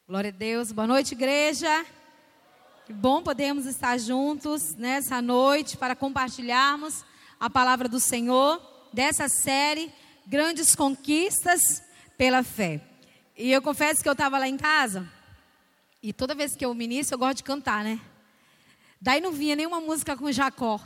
Glória a Deus. Boa noite, igreja. Que bom podermos estar juntos nessa noite para compartilharmos a palavra do Senhor dessa série Grandes Conquistas pela Fé. E eu confesso que eu estava lá em casa e toda vez que eu ministro eu gosto de cantar, né? Daí não vinha nenhuma música com Jacó.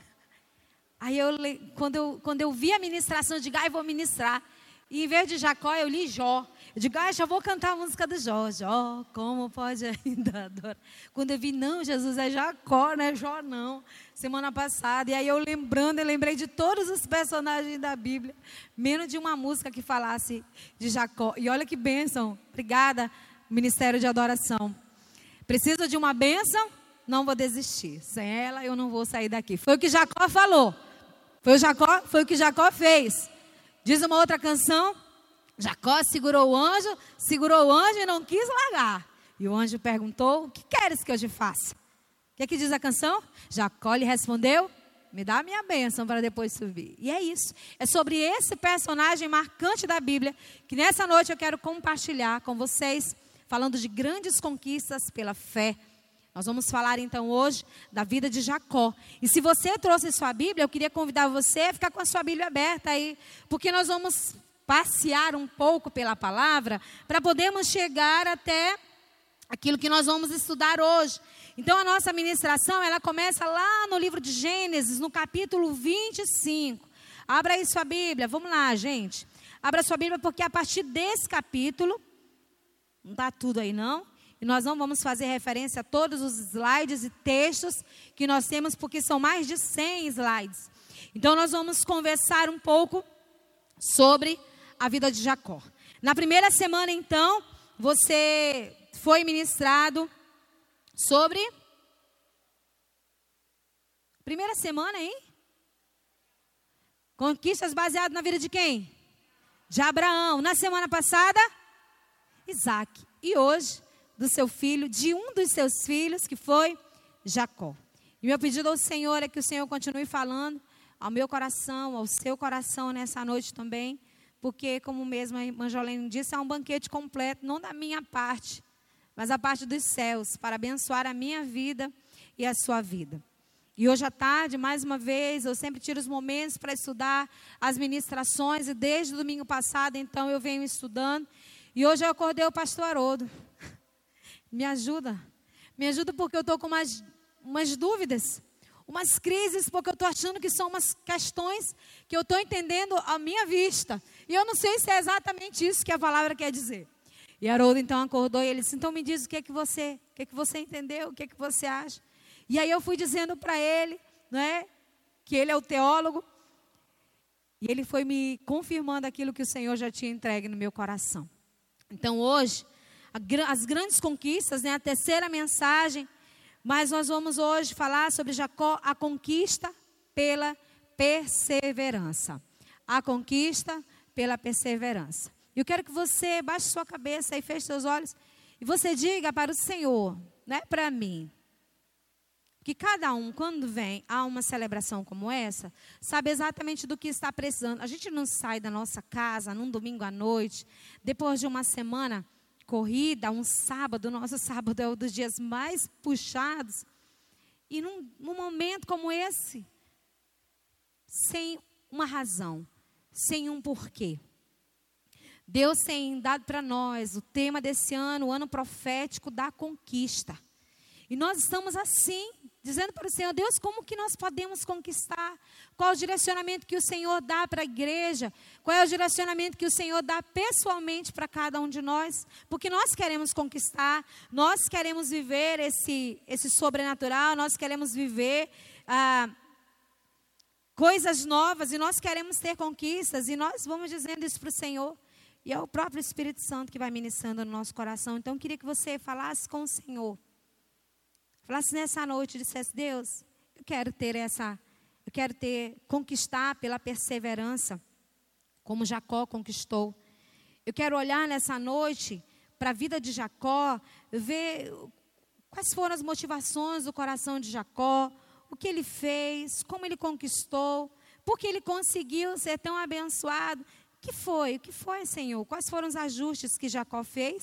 Aí quando eu vi a ministração, eu digo, eu vou ministrar. E em vez de Jacó, eu li Jó. Eu digo, já vou cantar a música do Jó. Jó, como pode ainda adorar? Quando eu vi, não, Jesus é Jacó, não é Jó não. Semana passada. E aí eu lembrei de todos os personagens da Bíblia. Menos de uma música que falasse de Jacó. E olha que bênção. Obrigada, Ministério de Adoração. Preciso de uma bênção? Não vou desistir. Sem ela eu não vou sair daqui. Foi o que Jacó falou. Foi o que Jacó fez. Diz uma outra canção, Jacó segurou o anjo e não quis largar. E o anjo perguntou, o que queres que eu te faça? O que diz a canção? Jacó lhe respondeu, me dá a minha bênção para depois subir. E é isso, é sobre esse personagem marcante da Bíblia, que nessa noite eu quero compartilhar com vocês, falando de grandes conquistas pela fé. Nós vamos falar então hoje da vida de Jacó. E se você trouxe sua Bíblia, eu queria convidar você a ficar com a sua Bíblia aberta aí. Porque nós vamos passear um pouco pela palavra para podermos chegar até aquilo que nós vamos estudar hoje. Então a nossa ministração, ela começa lá no livro de Gênesis, no capítulo 25. Abra aí sua Bíblia, vamos lá, gente. Abra sua Bíblia porque a partir desse capítulo, não está tudo aí não. E nós não vamos fazer referência a todos os slides e textos que nós temos, porque são mais de 100 slides. Então, nós vamos conversar um pouco sobre a vida de Jacó. Na primeira semana, então, você foi ministrado sobre... Primeira semana, hein? Conquistas baseadas na vida de quem? De Abraão. Na semana passada, Isaac. E hoje... do seu filho, de um dos seus filhos, que foi Jacó. E meu pedido ao Senhor é que o Senhor continue falando ao meu coração, ao seu coração nessa noite também, porque, como mesmo a irmã Jolene disse, é um banquete completo, não da minha parte, mas a parte dos céus, para abençoar a minha vida e a sua vida. E hoje à tarde, mais uma vez, eu sempre tiro os momentos para estudar as ministrações, e desde o domingo passado, então, eu venho estudando, e hoje eu acordei o pastor Haroldo. Me ajuda porque eu estou com umas dúvidas, umas crises, porque eu estou achando que são umas questões que eu estou entendendo à minha vista. E eu não sei se é exatamente isso que a palavra quer dizer. E Haroldo então acordou e ele disse, então me diz o que você entendeu, o que você acha. E aí eu fui dizendo para ele, não é, que ele é o teólogo. E ele foi me confirmando aquilo que o Senhor já tinha entregue no meu coração. Então hoje... as grandes conquistas, né? A terceira mensagem, mas nós vamos hoje falar sobre Jacó, a conquista pela perseverança. A conquista pela perseverança. Eu quero que você baixe sua cabeça e feche seus olhos e você diga para o Senhor, não é para mim, que cada um, quando vem a uma celebração como essa, sabe exatamente do que está precisando. A gente não sai da nossa casa num domingo à noite, depois de uma semana corrida, um sábado, nosso sábado é um dos dias mais puxados, e num momento como esse, sem uma razão, sem um porquê. Deus tem dado para nós o tema desse ano, o ano profético da conquista. E nós estamos assim, dizendo para o Senhor, Deus, como que nós podemos conquistar? Qual o direcionamento que o Senhor dá para a igreja? Qual é o direcionamento que o Senhor dá pessoalmente para cada um de nós? Porque nós queremos conquistar, nós queremos viver esse sobrenatural, nós queremos viver coisas novas e nós queremos ter conquistas. E nós vamos dizendo isso para o Senhor. E é o próprio Espírito Santo que vai ministrando no nosso coração. Então eu queria que você falasse com o Senhor. Falasse nessa noite e dissesse, Deus, eu quero conquistar pela perseverança, como Jacó conquistou. Eu quero olhar nessa noite para a vida de Jacó, ver quais foram as motivações do coração de Jacó, o que ele fez, como ele conquistou, por que ele conseguiu ser tão abençoado. O que foi, Senhor? Quais foram os ajustes que Jacó fez?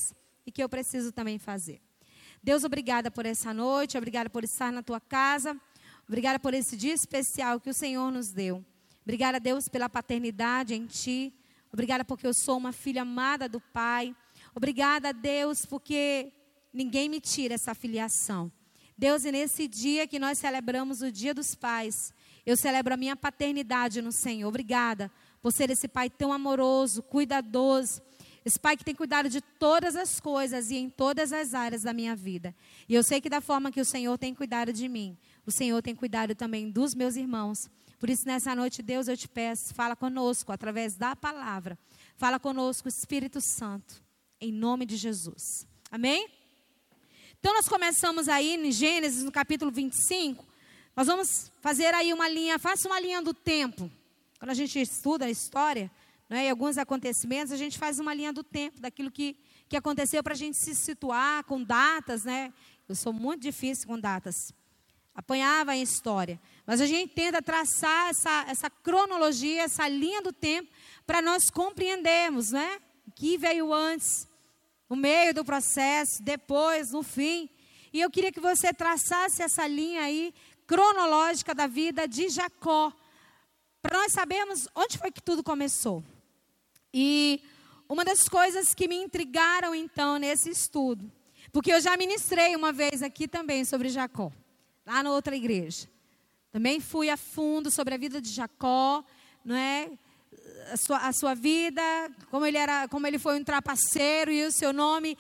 e que eu preciso também fazer. Deus, obrigada por essa noite, obrigada por estar na tua casa, obrigada por esse dia especial que o Senhor nos deu. Obrigada, Deus, pela paternidade em ti. Obrigada porque eu sou uma filha amada do Pai. Obrigada, Deus, porque ninguém me tira essa filiação. Deus, e nesse dia que nós celebramos o Dia dos Pais, eu celebro a minha paternidade no Senhor. Obrigada por ser esse Pai tão amoroso, cuidadoso. Esse Pai que tem cuidado de todas as coisas e em todas as áreas da minha vida. E eu sei que da forma que o Senhor tem cuidado de mim, o Senhor tem cuidado também dos meus irmãos. Por isso, nessa noite, Deus, eu te peço, fala conosco através da palavra. Fala conosco, Espírito Santo, em nome de Jesus. Amém? Então, nós começamos aí em Gênesis, no capítulo 25. Nós vamos fazer aí uma linha, faça uma linha do tempo. Quando a gente estuda a história, né, e alguns acontecimentos, a gente faz uma linha do tempo, daquilo que aconteceu para a gente se situar com datas, né? Eu sou muito difícil com datas. Apanhava em história. Mas a gente tenta traçar essa cronologia, essa linha do tempo, para nós compreendermos, né? O que veio antes, no meio do processo, depois, no fim. E eu queria que você traçasse essa linha aí, cronológica da vida de Jacó, para nós sabermos onde foi que tudo começou. E uma das coisas que me intrigaram, então, nesse estudo, porque eu já ministrei uma vez aqui também sobre Jacó, lá na outra igreja. Também fui a fundo sobre a vida de Jacó, não é? A sua vida, como ele foi um trapaceiro e o seu nome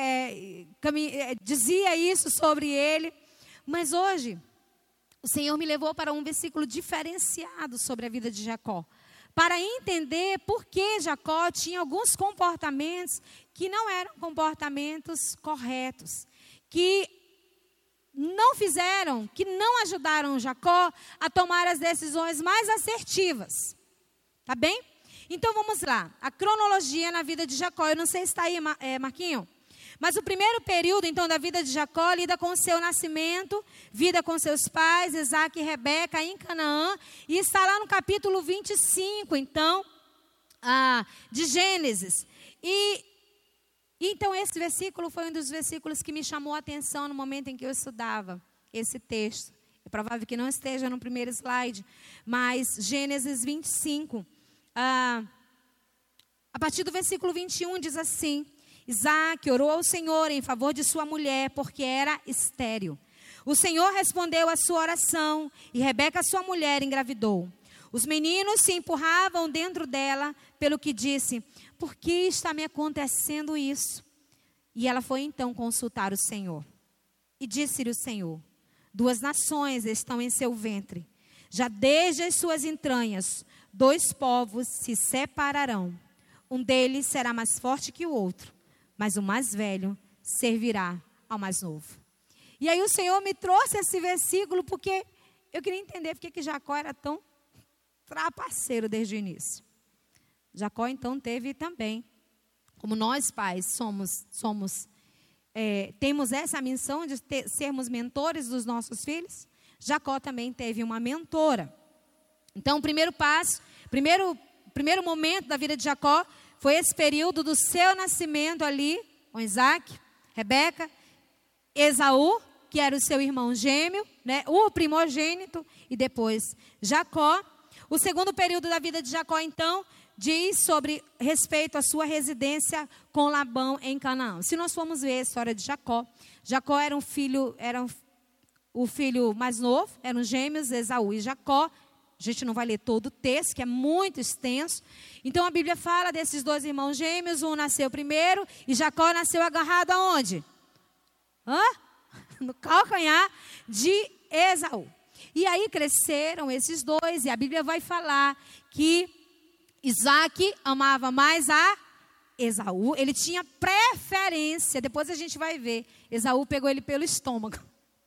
dizia isso sobre ele. Mas hoje, o Senhor me levou para um versículo diferenciado sobre a vida de Jacó, para entender por que Jacó tinha alguns comportamentos que não eram comportamentos corretos, que não ajudaram Jacó a tomar as decisões mais assertivas. Tá bem? Então vamos lá. A cronologia na vida de Jacó. Eu não sei se está aí, Marquinho. Mas o primeiro período, então, da vida de Jacó lida com o seu nascimento, vida com seus pais, Isaac e Rebeca, em Canaã. E está lá no capítulo 25, então, de Gênesis. E então esse versículo foi um dos versículos que me chamou a atenção no momento em que eu estudava esse texto. É provável que não esteja no primeiro slide, mas Gênesis 25, a partir do versículo 21 diz assim: Isaac orou ao Senhor em favor de sua mulher, porque era estéril. O Senhor respondeu à sua oração, e Rebeca, sua mulher, engravidou. Os meninos se empurravam dentro dela, pelo que disse: por que está me acontecendo isso? E ela foi então consultar o Senhor. E disse-lhe o Senhor: 2 nações estão em seu ventre. Já desde as suas entranhas, 2 povos se separarão. Um deles será mais forte que o outro, mas o mais velho servirá ao mais novo. E aí o Senhor me trouxe esse versículo porque eu queria entender porque que Jacó era tão trapaceiro desde o início. Jacó então teve também, como nós pais temos essa missão de sermos mentores dos nossos filhos, Jacó também teve uma mentora. Então o primeiro passo, primeiro momento da vida de Jacó foi esse período do seu nascimento ali, com Isaac, Rebeca, Esaú, que era o seu irmão gêmeo, né, o primogênito, e depois Jacó. O segundo período da vida de Jacó, então, diz sobre respeito à sua residência com Labão em Canaã. Se nós formos ver a história de Jacó, Jacó era o filho mais novo, eram gêmeos, Esaú e Jacó. A gente não vai ler todo o texto, que é muito extenso. Então a Bíblia fala desses 2 irmãos gêmeos, um nasceu primeiro e Jacó nasceu agarrado aonde? No calcanhar de Esaú. E aí cresceram esses 2 e a Bíblia vai falar que Isaac amava mais a Esaú, ele tinha preferência, depois a gente vai ver, Esaú pegou ele pelo estômago.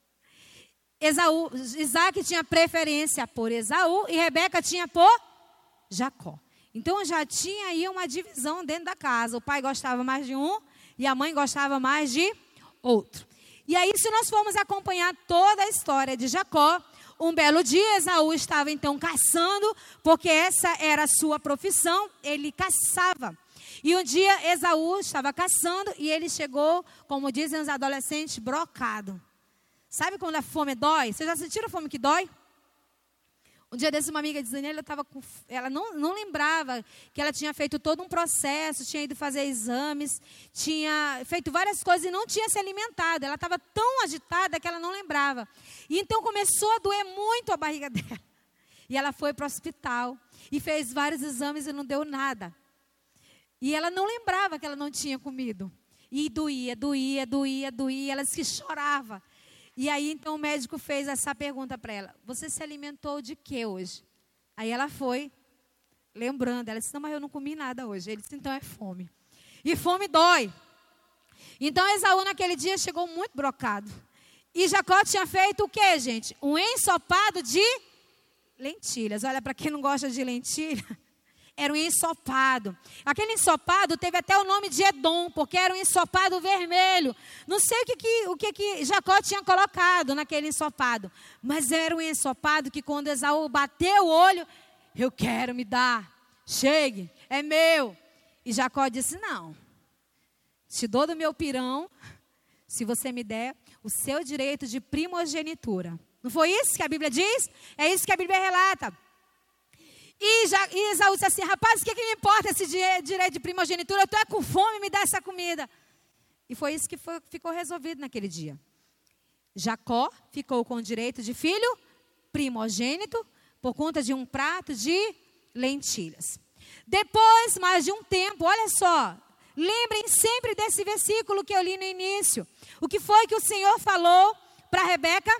Isaac tinha preferência por Esaú e Rebeca tinha por Jacó. Então já tinha aí uma divisão dentro da casa, o pai gostava mais de um e a mãe gostava mais de outro. E aí se nós formos acompanhar toda a história de Jacó, um belo dia Esaú estava então caçando, porque essa era a sua profissão, ele caçava. E um dia Esaú estava caçando e ele chegou, como dizem os adolescentes, brocado. Sabe quando a fome dói? Vocês já sentiram a fome que dói? Um dia desse, uma amiga de Daniela, ela não lembrava que ela tinha feito todo um processo, tinha ido fazer exames, tinha feito várias coisas e não tinha se alimentado. Ela estava tão agitada que ela não lembrava. E então começou a doer muito a barriga dela. E ela foi para o hospital e fez vários exames e não deu nada. E ela não lembrava que ela não tinha comido. E doía, ela disse que chorava. E aí, então, o médico fez essa pergunta para ela. Você se alimentou de quê hoje? Aí ela foi lembrando. Ela disse, não, mas eu não comi nada hoje. Ele disse, então é fome. E fome dói. Então, Esaú, naquele dia, chegou muito brocado. E Jacó tinha feito o quê, gente? Um ensopado de lentilhas. Olha, para quem não gosta de lentilha, era um ensopado. Aquele ensopado teve até o nome de Edom, porque era um ensopado vermelho. Não sei o que Jacó tinha colocado naquele ensopado, mas era um ensopado que quando Esaú bateu o olho, eu quero, me dar, chegue, é meu. E Jacó disse, não, te dou do meu pirão, se você me der o seu direito de primogenitura. Não foi isso que a Bíblia diz? É isso que a Bíblia relata. E Esaú disse assim, rapaz, o que me importa esse direito de primogenitura? Eu estou com fome, me dá essa comida. E foi isso que ficou resolvido naquele dia. Jacó ficou com o direito de filho primogênito por conta de um prato de lentilhas. Depois, mais de um tempo, olha só, lembrem sempre desse versículo que eu li no início. O que foi que o Senhor falou para Rebeca?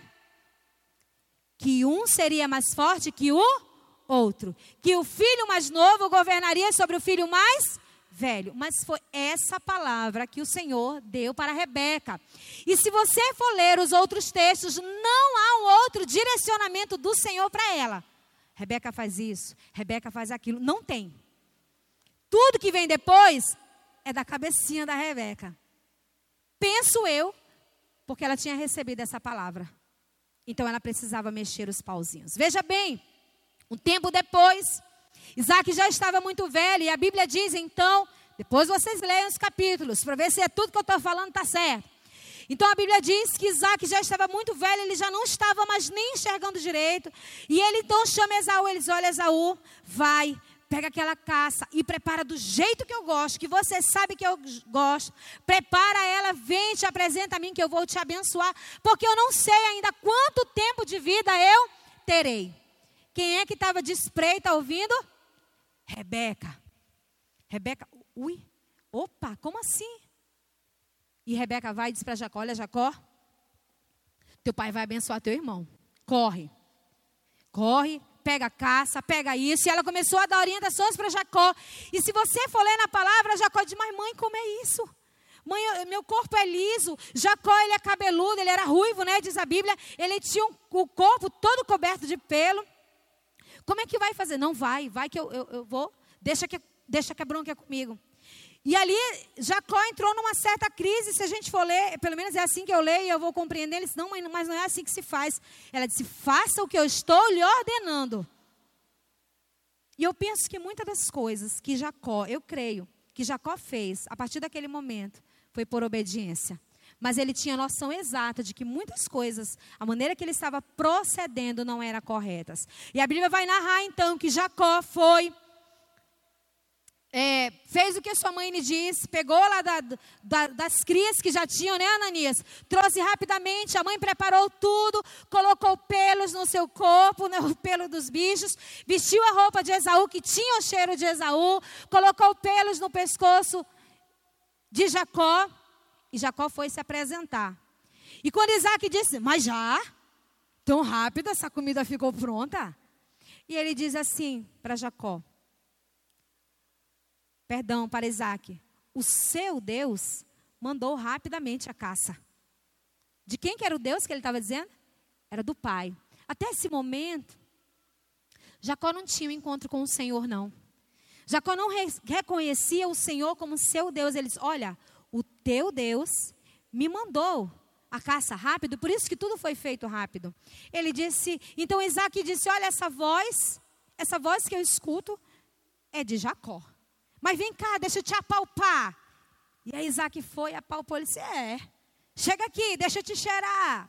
Que um seria mais forte que o outro, que o filho mais novo governaria sobre o filho mais velho. Mas foi essa palavra que o Senhor deu para Rebeca. E se você for ler os outros textos, não há um outro direcionamento do Senhor para ela. Rebeca faz isso, Rebeca faz aquilo. Não tem. Tudo que vem depois é da cabecinha da Rebeca. Penso eu, porque ela tinha recebido essa palavra. Então ela precisava mexer os pauzinhos. Veja bem. Um tempo depois, Isaac já estava muito velho. E a Bíblia diz, então, depois vocês leiam os capítulos, para ver se é tudo que eu estou falando está certo. Então a Bíblia diz que Isaac já estava muito velho, ele já não estava mais nem enxergando direito. E ele então chama Esaú, ele diz, olha Esaú, vai, pega aquela caça e prepara do jeito que eu gosto, que você sabe que eu gosto. Prepara ela, vem, te apresenta a mim que eu vou te abençoar. Porque eu não sei ainda quanto tempo de vida eu terei. Quem é que estava de espreita ouvindo? Rebeca. Rebeca, opa, como assim? E Rebeca vai e diz para Jacó, olha Jacó, teu pai vai abençoar teu irmão. Corre, pega a caça, pega isso. E ela começou a dar orientações para Jacó. E se você for ler na palavra, Jacó diz, mas mãe, como é isso? Mãe, meu corpo é liso. Jacó, ele é cabeludo, ele era ruivo, né? Diz a Bíblia. Ele tinha o corpo todo coberto de pelo. Como é que vai fazer? Não vai que eu vou. Deixa que a bronca é comigo. E ali, Jacó entrou numa certa crise. Se a gente for ler, pelo menos é assim que eu leio e eu vou compreender. Ele disse, não, mãe, mas não é assim que se faz. Ela disse, faça o que eu estou lhe ordenando. E eu penso que muitas das coisas que Jacó, eu creio, que Jacó fez, a partir daquele momento, foi por obediência. Mas ele tinha noção exata de que muitas coisas, a maneira que ele estava procedendo não era corretas. E a Bíblia vai narrar então que Jacó fez o que sua mãe lhe disse, pegou lá das crias que já tinham, né, Ananias? Trouxe rapidamente, a mãe preparou tudo, colocou pelos no seu corpo, né, o pelo dos bichos, vestiu a roupa de Esaú, que tinha o cheiro de Esaú, colocou pelos no pescoço de Jacó, e Jacó foi se apresentar. E quando Isaac disse, mas já? Tão rápido essa comida ficou pronta? E ele diz assim para Jacó, perdão, para Isaac, o seu Deus mandou rapidamente a caça. De quem que era o Deus que ele estava dizendo? Era do pai. Até esse momento, Jacó não tinha um encontro com o Senhor, não. Jacó não reconhecia o Senhor como seu Deus. Ele disse, olha, o teu Deus me mandou a caça rápido, por isso que tudo foi feito rápido. Ele disse, então Isaac disse, olha, essa voz que eu escuto é de Jacó. Mas vem cá, deixa eu te apalpar. E aí Isaac foi e apalpou. Ele disse, chega aqui, deixa eu te cheirar.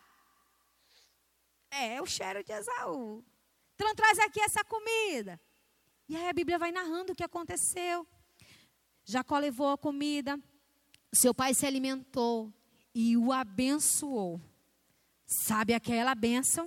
É o cheiro de Esaú. Então traz aqui essa comida. E aí a Bíblia vai narrando o que aconteceu. Jacó levou a comida. Seu pai se alimentou e o abençoou. Sabe aquela bênção?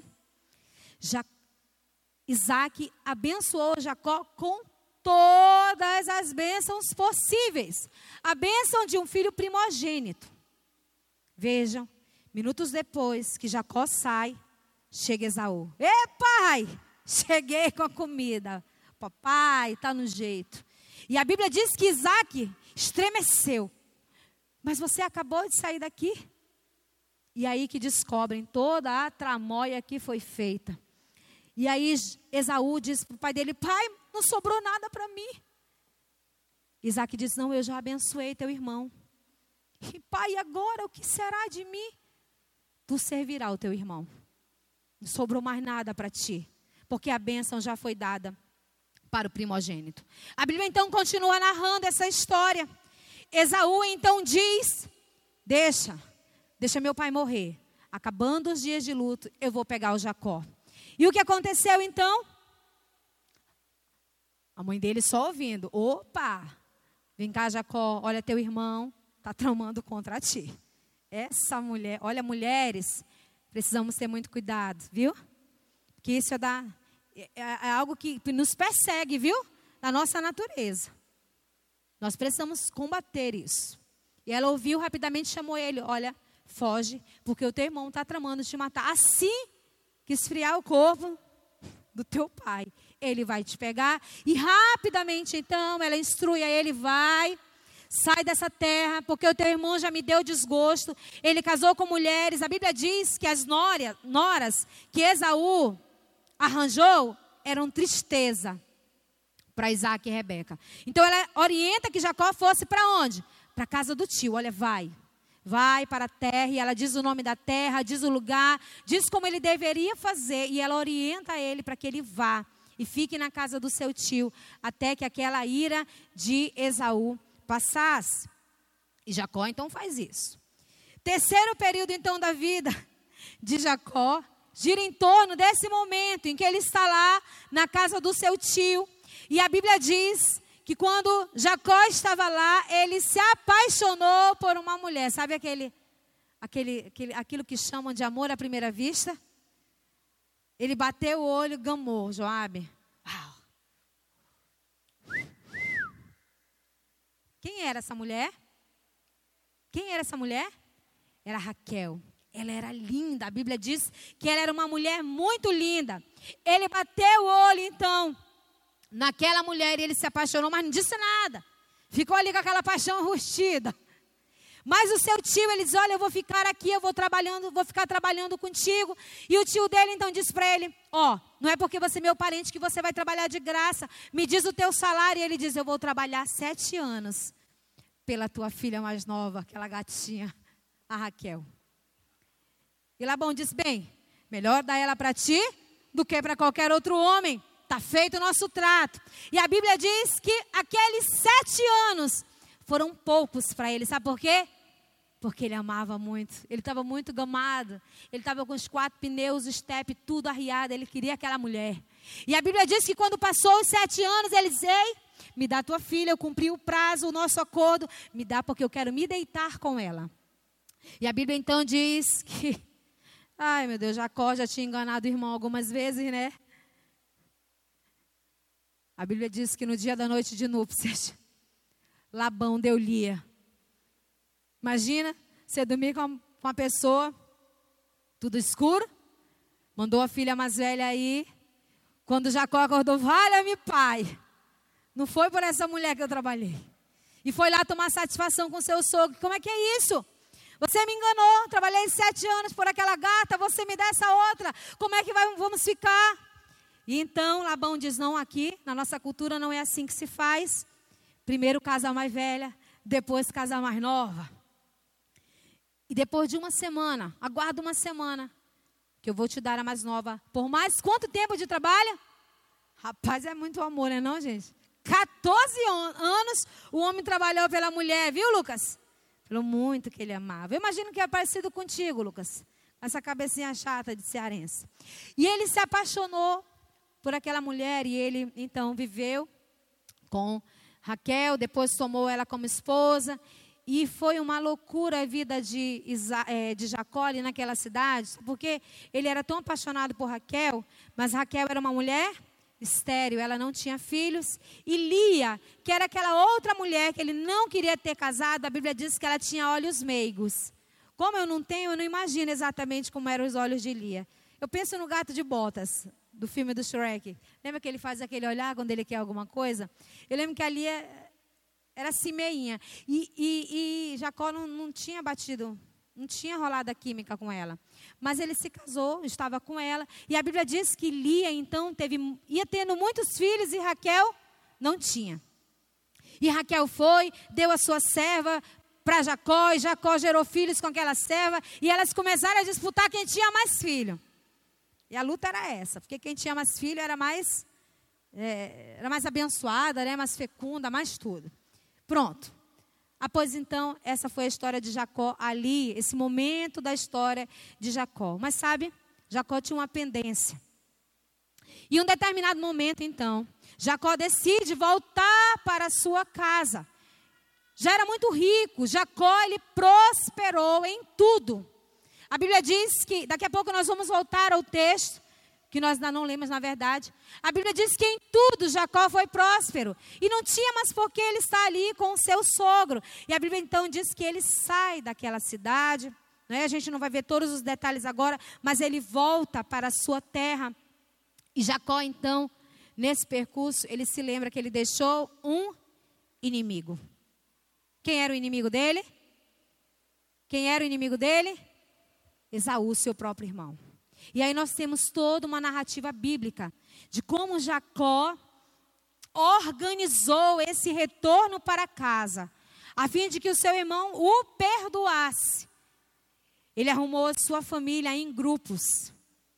Isaac abençoou Jacó com todas as bênçãos possíveis. A bênção de um filho primogênito. Vejam, minutos depois que Jacó sai, chega Esaú. Ei, pai, cheguei com a comida. Papai, está no jeito. E a Bíblia diz que Isaac estremeceu. Mas você acabou de sair daqui? E aí que descobrem toda a tramóia que foi feita. E aí Esaú diz para o pai dele, pai, não sobrou nada para mim. Isaac diz, não, eu já abençoei teu irmão. E pai, agora o que será de mim? Tu servirá o teu irmão. Não sobrou mais nada para ti, porque a bênção já foi dada para o primogênito. A Bíblia então continua narrando essa história. Esaú então diz, deixa meu pai morrer. Acabando os dias de luto, eu vou pegar o Jacó. E o que aconteceu então? A mãe dele só ouvindo. Opa, vem cá Jacó, olha teu irmão, está tramando contra ti. Essa mulher, olha mulheres, precisamos ter muito cuidado, viu? Porque isso é algo que nos persegue, viu? Na nossa natureza. Nós precisamos combater isso. E ela ouviu, rapidamente chamou ele, olha, foge, porque o teu irmão está tramando te matar. Assim que esfriar o corpo do teu pai, ele vai te pegar. E rapidamente então, ela instrui a ele, vai, sai dessa terra, porque o teu irmão já me deu desgosto. Ele casou com mulheres. A Bíblia diz que as noras que Esaú arranjou eram tristeza para Isaac e Rebeca. Então ela orienta que Jacó fosse para onde? Para a casa do tio. Olha, vai para a terra, e ela diz o nome da terra, diz o lugar, diz como ele deveria fazer, e ela orienta ele para que ele vá e fique na casa do seu tio, até que aquela ira de Esaú passasse. E Jacó então faz isso. Terceiro período então da vida de Jacó gira em torno desse momento em que ele está lá na casa do seu tio. E a Bíblia diz que quando Jacó estava lá, ele se apaixonou por uma mulher. Sabe aquilo que chamam de amor à primeira vista? Ele bateu o olho, gamou, Joabe. Uau. Quem era essa mulher? Quem era essa mulher? Era Raquel. Ela era linda. A Bíblia diz que ela era uma mulher muito linda. Ele bateu o olho, então, naquela mulher, e ele se apaixonou, mas não disse nada. Ficou ali com aquela paixão rustida. Mas o seu tio, ele diz, olha, eu vou ficar aqui, eu vou ficar trabalhando contigo. E o tio dele então disse para ele, não é porque você é meu parente que você vai trabalhar de graça. Me diz o teu salário. E ele diz, eu vou trabalhar 7 anos pela tua filha mais nova, aquela gatinha, a Raquel. E Labão disse, bem, melhor dar ela para ti do que para qualquer outro homem. Está feito o nosso trato. E a Bíblia diz que aqueles 7 anos foram poucos para ele. Sabe por quê? Porque ele amava muito. Ele estava muito gamado. Ele estava com os 4 pneus, o estepe, tudo arriado. Ele queria aquela mulher. E a Bíblia diz que quando passou os 7 anos, ele disse, ei, me dá tua filha, eu cumpri o prazo, o nosso acordo. Me dá porque eu quero me deitar com ela. E a Bíblia então diz que, ai meu Deus, Jacó já tinha enganado o irmão algumas vezes, né? A Bíblia diz que no dia da noite de núpcias, Labão deu Lia. Imagina, você dormir com uma pessoa, tudo escuro, mandou a filha mais velha aí. Quando Jacó acordou, valha-me pai, não foi por essa mulher que eu trabalhei. E foi lá tomar satisfação com seu sogro. Como é que é isso? Você me enganou, trabalhei 7 anos por aquela gata, você me dá essa outra. Como é que vamos ficar? E então Labão diz, não, aqui na nossa cultura não é assim que se faz. Primeiro casa a mais velha, depois casa a mais nova. E depois de uma semana, aguarda uma semana, que eu vou te dar a mais nova. Por mais quanto tempo de trabalho? Rapaz, é muito amor, não é não, gente? 14 anos, o homem trabalhou pela mulher, viu, Lucas? Pelo muito que ele amava. Eu imagino que é parecido contigo, Lucas. Essa cabecinha chata de cearense. E ele se apaixonou por aquela mulher e ele, então, viveu com Raquel, depois tomou ela como esposa. E foi uma loucura a vida de Jacó ali naquela cidade, porque ele era tão apaixonado por Raquel, mas Raquel era uma mulher estéril, ela não tinha filhos. E Lia, que era aquela outra mulher que ele não queria ter casado, a Bíblia diz que ela tinha olhos meigos. Como eu não tenho, eu não imagino exatamente como eram os olhos de Lia. Eu penso no gato de botas, do filme do Shrek. Lembra que ele faz aquele olhar quando ele quer alguma coisa? Eu lembro que a Lia era assim meinha. E Jacó não tinha batido, não tinha rolado a química com ela. Mas ele se casou, estava com ela. E a Bíblia diz que Lia, então, ia tendo muitos filhos e Raquel não tinha. E Raquel foi, deu a sua serva para Jacó. E Jacó gerou filhos com aquela serva. E elas começaram a disputar quem tinha mais filho. E a luta era essa. Porque quem tinha mais filho era mais abençoada, né, mais fecunda, mais tudo. Pronto. Após então, essa foi a história de Jacó ali, esse momento da história de Jacó. Mas sabe, Jacó tinha uma pendência. E em um determinado momento, então, Jacó decide voltar para a sua casa. Já era muito rico, Jacó, ele prosperou em tudo. A Bíblia diz que, daqui a pouco nós vamos voltar ao texto, que nós ainda não lemos na verdade. A Bíblia diz que em tudo Jacó foi próspero. E não tinha mais por que ele estar ali com o seu sogro. E a Bíblia então diz que ele sai daquela cidade. Né? A gente não vai ver todos os detalhes agora, mas ele volta para a sua terra. E Jacó então, nesse percurso, ele se lembra que ele deixou um inimigo. Quem era o inimigo dele? Quem era o inimigo dele? Esaú, seu próprio irmão. E aí nós temos toda uma narrativa bíblica de como Jacó organizou esse retorno para casa, a fim de que o seu irmão o perdoasse. Ele arrumou a sua família em grupos.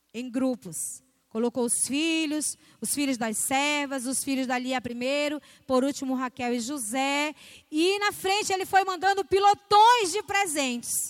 Colocou os filhos das servas, os filhos da Lia primeiro, por último Raquel e José. E na frente ele foi mandando pilotões de presentes.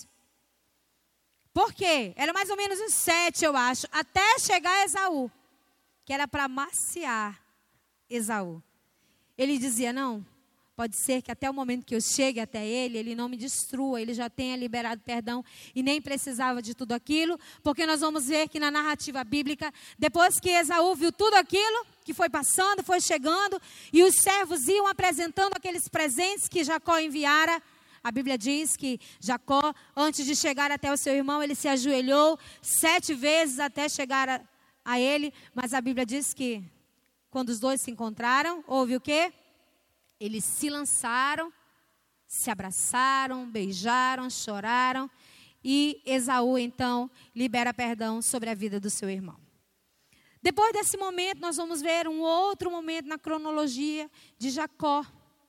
Por quê? Era mais ou menos uns 7, eu acho, até chegar a Esaú, que era para maciar Esaú. Ele dizia, não, pode ser que até o momento que eu chegue até ele não me destrua, ele já tenha liberado perdão e nem precisava de tudo aquilo, porque nós vamos ver que na narrativa bíblica, depois que Esaú viu tudo aquilo, que foi passando, foi chegando, e os servos iam apresentando aqueles presentes que Jacó enviara. A Bíblia diz que Jacó, antes de chegar até o seu irmão, ele se ajoelhou 7 vezes até chegar a ele. Mas a Bíblia diz que quando os dois se encontraram, houve o quê? Eles se lançaram, se abraçaram, beijaram, choraram. E Esaú, então, libera perdão sobre a vida do seu irmão. Depois desse momento, nós vamos ver um outro momento na cronologia de Jacó,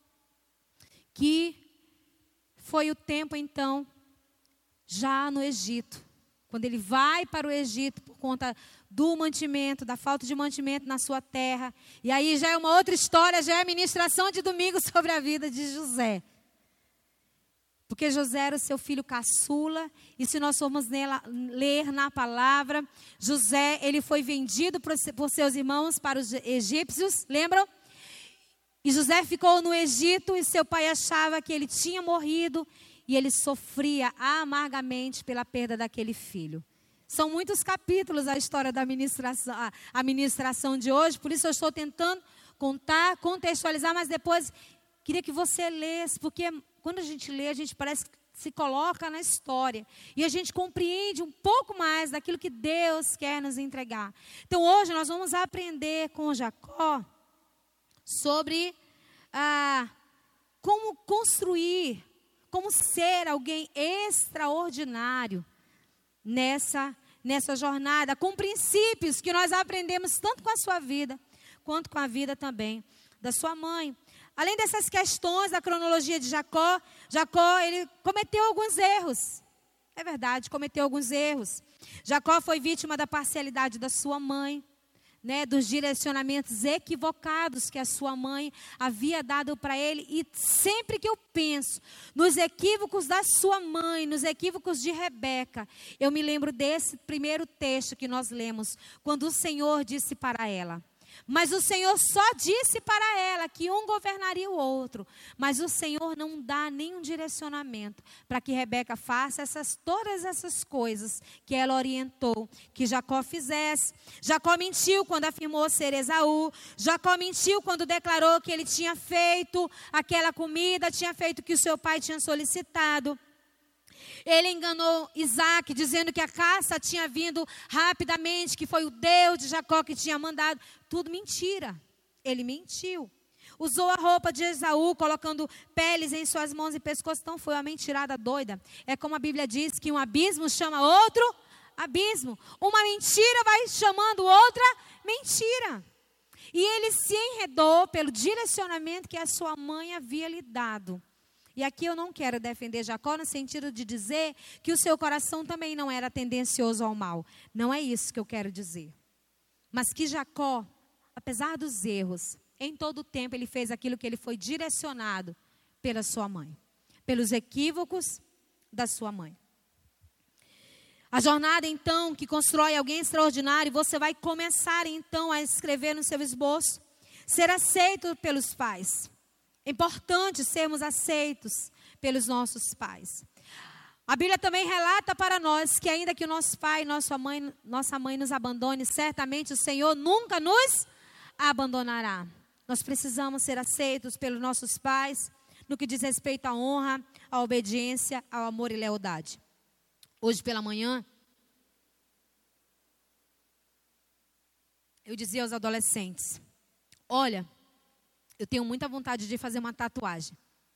que foi o tempo, então, já no Egito. Quando ele vai para o Egito por conta do mantimento, da falta de mantimento na sua terra. E aí já é uma outra história, já é a ministração de domingo sobre a vida de José. Porque José era o seu filho caçula. E se nós formos ler na palavra, José, ele foi vendido por seus irmãos para os egípcios, lembram? E José ficou no Egito e seu pai achava que ele tinha morrido e ele sofria amargamente pela perda daquele filho. São muitos capítulos a história da ministração de hoje, por isso eu estou tentando contar, contextualizar, mas depois queria que você lesse, porque quando a gente lê, a gente parece que se coloca na história e a gente compreende um pouco mais daquilo que Deus quer nos entregar. Então hoje nós vamos aprender com Jacó sobre como construir, como ser alguém extraordinário nessa jornada, com princípios que nós aprendemos tanto com a sua vida, quanto com a vida também da sua mãe. Além dessas questões da cronologia de Jacó, ele cometeu alguns erros. É verdade, cometeu alguns erros. Jacó foi vítima da parcialidade da sua mãe. né, dos direcionamentos equivocados que a sua mãe havia dado para ele. E sempre que eu penso nos equívocos da sua mãe, nos equívocos de Rebeca, eu me lembro desse primeiro texto que nós lemos, quando o Senhor disse para ela. Mas o Senhor só disse para ela que um governaria o outro. Mas o Senhor não dá nenhum direcionamento para que Rebeca faça todas essas coisas que ela orientou que Jacó fizesse. Jacó mentiu quando afirmou ser Esaú. Jacó mentiu quando declarou que ele tinha feito aquela comida, tinha feito o que o seu pai tinha solicitado. Ele enganou Isaac, dizendo que a caça tinha vindo rapidamente, que foi o Deus de Jacó que tinha mandado. Tudo mentira. Ele mentiu. Usou a roupa de Esaú, colocando peles em suas mãos e pescoço. Então foi uma mentirada doida. É como a Bíblia diz que um abismo chama outro abismo. Uma mentira vai chamando outra mentira. E ele se enredou pelo direcionamento que a sua mãe havia lhe dado. E aqui eu não quero defender Jacó no sentido de dizer que o seu coração também não era tendencioso ao mal. Não é isso que eu quero dizer. Mas que Jacó, apesar dos erros, em todo o tempo ele fez aquilo que ele foi direcionado pela sua mãe. Pelos equívocos da sua mãe. A jornada então que constrói alguém extraordinário, você vai começar então a escrever no seu esboço. Ser aceito pelos pais. É importante sermos aceitos pelos nossos pais. A Bíblia também relata para nós que ainda que o nosso pai, nossa mãe nos abandone, certamente o Senhor nunca nos abandonará. Nós precisamos ser aceitos pelos nossos pais no que diz respeito à honra, à obediência, ao amor e lealdade. Hoje pela manhã, eu dizia aos adolescentes, olha, eu tenho muita vontade de fazer uma tatuagem.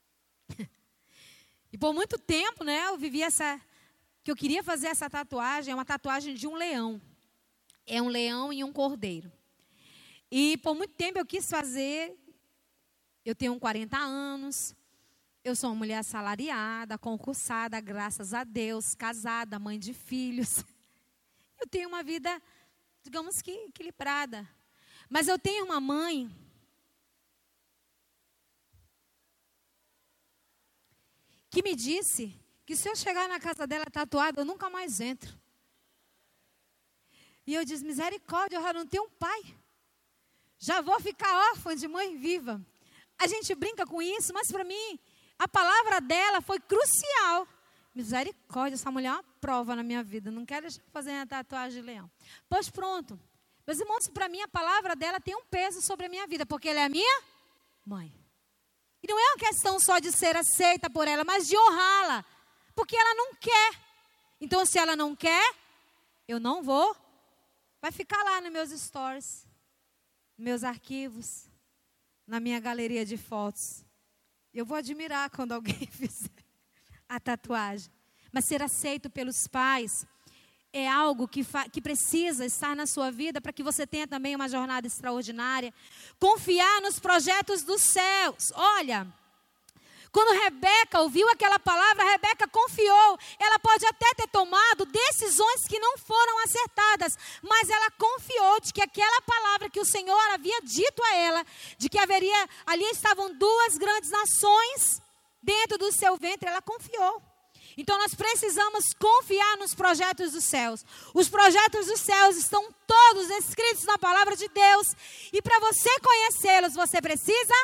E por muito tempo, né, eu vivi que eu queria fazer essa tatuagem, é uma tatuagem de um leão. É um leão e um cordeiro. E por muito tempo eu quis fazer, eu tenho 40 anos, eu sou uma mulher assalariada, concursada, graças a Deus, casada, mãe de filhos. Eu tenho uma vida, digamos que equilibrada. Mas eu tenho uma mãe que me disse que se eu chegar na casa dela tatuada, eu nunca mais entro. E eu disse, misericórdia, eu já não tenho um pai. Já vou ficar órfã de mãe viva. A gente brinca com isso, mas para mim, a palavra dela foi crucial. Misericórdia, essa mulher é uma prova na minha vida. Não quero deixar fazer a tatuagem de leão. Pois pronto. Meus irmãos, para mim a palavra dela tem um peso sobre a minha vida, porque ela é a minha mãe. E não é uma questão só de ser aceita por ela, mas de honrá-la. Porque ela não quer. Então, se ela não quer, eu não vou. Vai ficar lá nos meus stories, nos meus arquivos, na minha galeria de fotos. Eu vou admirar quando alguém fizer a tatuagem. Mas ser aceito pelos pais é algo que precisa estar na sua vida para que você tenha também uma jornada extraordinária. Confiar nos projetos dos céus. Olha, quando Rebeca ouviu aquela palavra, Rebeca confiou. Ela pode até ter tomado decisões que não foram acertadas, mas ela confiou de que aquela palavra que o Senhor havia dito a ela, de que ali estavam duas grandes nações dentro do seu ventre, ela confiou. Então nós precisamos confiar nos projetos dos céus. Os projetos dos céus estão todos escritos na palavra de Deus. E para você conhecê-los, você precisa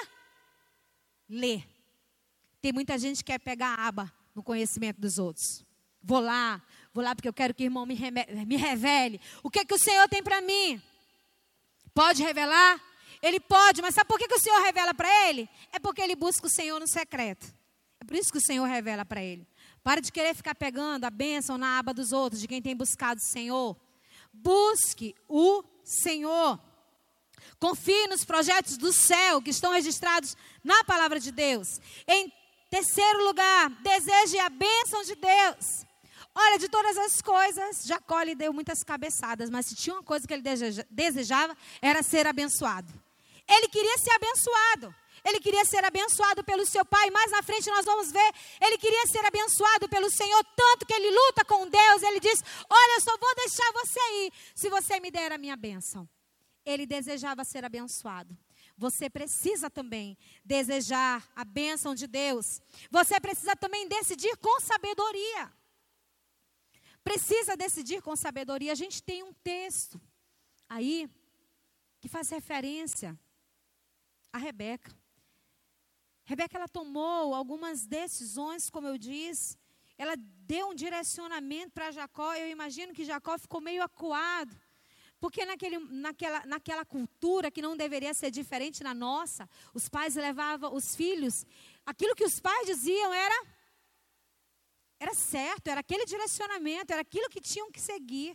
ler. Tem muita gente que quer pegar a aba no conhecimento dos outros. Vou lá porque eu quero que o irmão me revele. O que o Senhor tem para mim? Pode revelar? Ele pode, mas sabe por que o Senhor revela para ele? É porque ele busca o Senhor no secreto. É por isso que o Senhor revela para ele. Para de querer ficar pegando a bênção na aba dos outros, de quem tem buscado o Senhor. Busque o Senhor. Confie nos projetos do céu que estão registrados na palavra de Deus. Em terceiro lugar, deseje a bênção de Deus. Olha, de todas as coisas, Jacó lhe deu muitas cabeçadas, mas se tinha uma coisa que ele desejava, era ser abençoado. Ele queria ser abençoado. Ele queria ser abençoado pelo seu pai. Mais na frente nós vamos ver. Ele queria ser abençoado pelo Senhor. Tanto que ele luta com Deus. Ele diz, olha, eu só vou deixar você ir se você me der a minha bênção. ele desejava ser abençoado. Você precisa também desejar a bênção de Deus. Você precisa também decidir com sabedoria. Precisa decidir com sabedoria. A gente tem um texto aí que faz referência a Rebeca. Rebeca, ela tomou algumas decisões, como eu disse. Ela deu um direcionamento para Jacó. Eu imagino que Jacó ficou meio acuado. Porque naquela cultura que não deveria ser diferente na nossa, os pais levavam os filhos. Aquilo que os pais diziam era certo, era aquele direcionamento, era aquilo que tinham que seguir.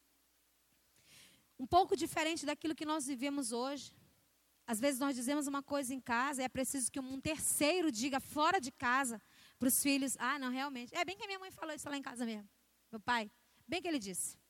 Um pouco diferente daquilo que nós vivemos hoje. Às vezes nós dizemos uma coisa em casa e é preciso que um terceiro diga fora de casa para os filhos. Ah, não, realmente. É bem que a minha mãe falou isso lá em casa mesmo. Meu pai, bem que ele disse.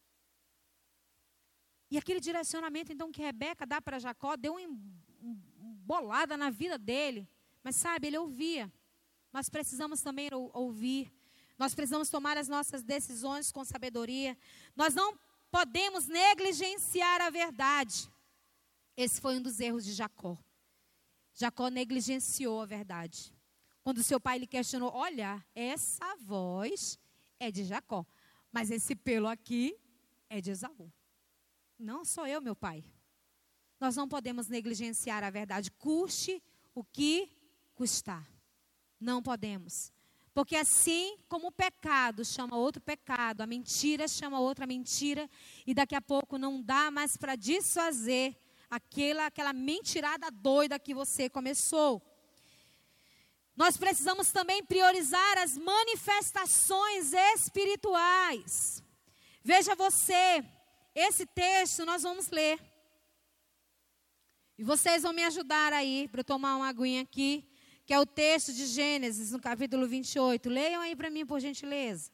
E aquele direcionamento, então, que Rebeca dá para Jacó, deu uma bolada na vida dele. Mas sabe, ele ouvia. Nós precisamos também ouvir. Nós precisamos tomar as nossas decisões com sabedoria. Nós não podemos negligenciar a verdade. Esse foi um dos erros de Jacó. Jacó negligenciou a verdade. Quando seu pai lhe questionou, olha, essa voz é de Jacó, mas esse pelo aqui é de Esaú. Não sou eu, meu pai. Nós não podemos negligenciar a verdade, custe o que custar. Não podemos. Porque assim como o pecado chama outro pecado, a mentira chama outra mentira, e daqui a pouco não dá mais para desfazer aquela mentirada doida que você começou. Nós precisamos também priorizar as manifestações espirituais. Veja você, esse texto nós vamos ler. E vocês vão me ajudar aí para eu tomar uma aguinha aqui, que é o texto de Gênesis, no capítulo 28. Leiam aí para mim, por gentileza.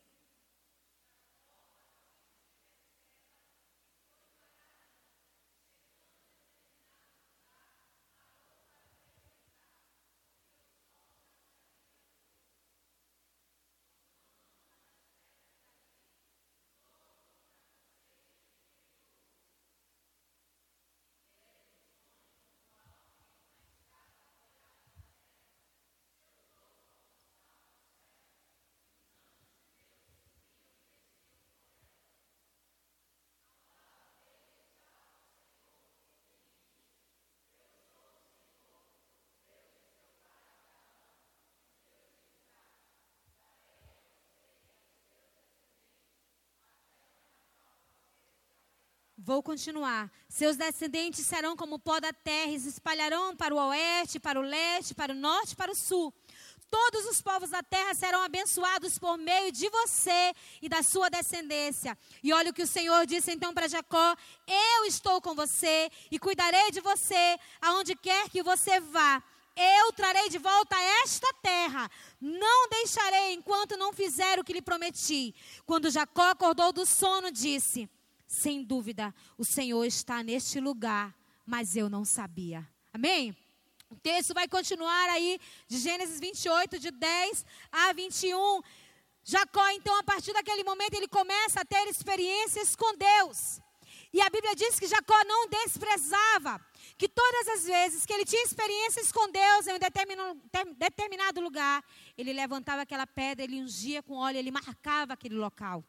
Vou continuar. Seus descendentes serão como o pó da terra e se espalharão para o oeste, para o leste, para o norte e para o sul. Todos os povos da terra serão abençoados por meio de você e da sua descendência. E olha o que o Senhor disse então para Jacó: eu estou com você e cuidarei de você aonde quer que você vá. Eu trarei de volta a esta terra. Não deixarei enquanto não fizer o que lhe prometi. Quando Jacó acordou do sono, disse: sem dúvida, o Senhor está neste lugar, mas eu não sabia. Amém? O texto vai continuar aí, de Gênesis 28, de 10 a 21. Jacó, então, a partir daquele momento, ele começa a ter experiências com Deus. E a Bíblia diz que Jacó não desprezava, que todas as vezes que ele tinha experiências com Deus em um determinado lugar, ele levantava aquela pedra, ele ungia com óleo, ele marcava aquele local.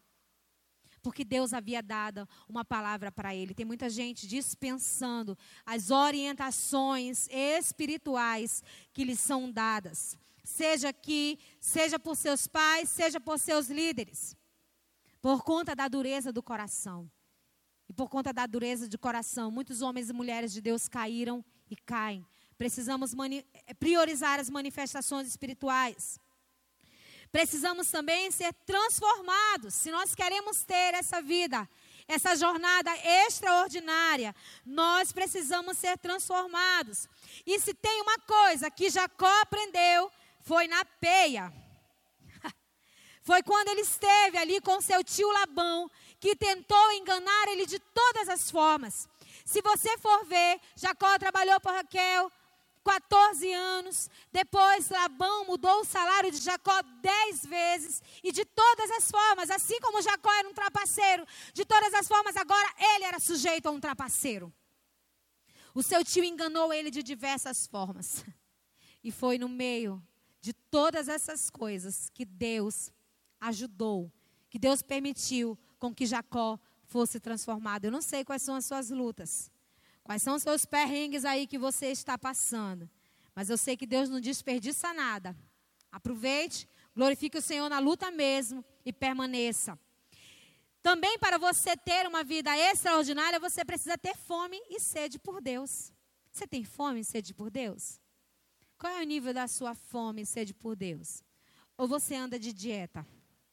Porque Deus havia dado uma palavra para ele. Tem muita gente dispensando as orientações espirituais que lhes são dadas. Seja aqui, seja por seus pais, seja por seus líderes. Por conta da dureza do coração. E por conta da dureza do coração, muitos homens e mulheres de Deus caíram e caem. Precisamos priorizar as manifestações espirituais. Precisamos também ser transformados. Se nós queremos ter essa vida, essa jornada extraordinária, nós precisamos ser transformados. E se tem uma coisa que Jacó aprendeu, foi na peia. Foi quando ele esteve ali com seu tio Labão, que tentou enganar ele de todas as formas. Se você for ver, Jacó trabalhou por Raquel 14 anos, depois Labão mudou o salário de Jacó 10 vezes, e de todas as formas, assim como Jacó era um trapaceiro, de todas as formas agora ele era sujeito a um trapaceiro. O seu tio enganou ele de diversas formas. E foi no meio de todas essas coisas que Deus ajudou, que Deus permitiu com que Jacó fosse transformado. Eu não sei quais são as suas lutas, quais são os seus perrengues aí que você está passando. Mas eu sei que Deus não desperdiça nada. Aproveite, glorifique o Senhor na luta mesmo e permaneça. Também para você ter uma vida extraordinária, você precisa ter fome e sede por Deus. Você tem fome e sede por Deus? Qual é o nível da sua fome e sede por Deus? Ou você anda de dieta?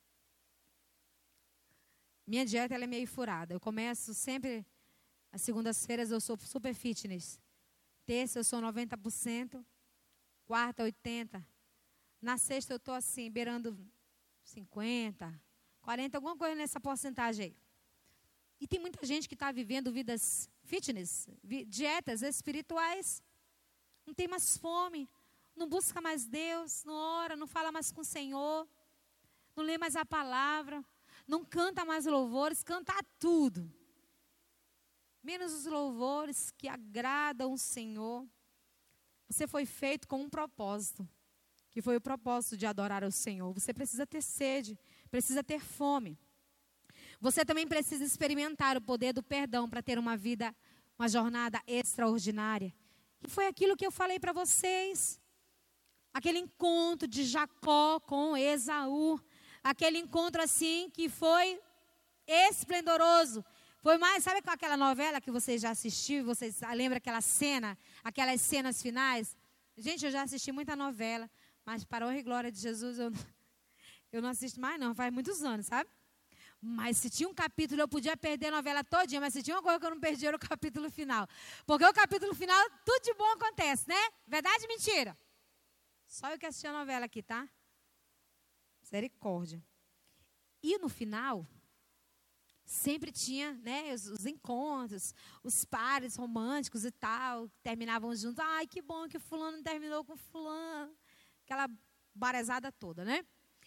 Minha dieta ela é meio furada. Eu começo sempre, às segundas-feiras eu sou super fitness. Terça eu sou 90%, quarta 80%. Na sexta eu estou assim, beirando 50%. 40, alguma coisa nessa porcentagem aí. E tem muita gente que está vivendo vidas fitness, dietas espirituais. Não tem mais fome, não busca mais Deus, não ora, não fala mais com o Senhor, não lê mais a palavra, não canta mais louvores, canta tudo. Menos os louvores que agradam o Senhor. Você foi feito com um propósito, que foi o propósito de adorar ao Senhor. Você precisa ter sede, precisa ter fome. Você também precisa experimentar o poder do perdão para ter uma vida, uma jornada extraordinária. E foi aquilo que eu falei para vocês. Aquele encontro de Jacó com Esaú. Aquele encontro assim que foi esplendoroso. Foi mais, sabe com aquela novela que você já assistiu? Você lembra aquela cena, aquelas cenas finais? Gente, eu já assisti muita novela, mas para a honra e glória de Jesus eu não assisto mais não, faz muitos anos, sabe? Mas se tinha um capítulo, eu podia perder a novela todinha, mas se tinha uma coisa que eu não perdi era o capítulo final. Porque o capítulo final, tudo de bom acontece, né? Verdade ou mentira? Só eu que assisti a novela aqui, tá? Misericórdia. E no final, sempre tinha, né, os encontros, os pares românticos e tal, que terminavam juntos. Ai, que bom que fulano terminou com fulano. Aquela barezada toda, né?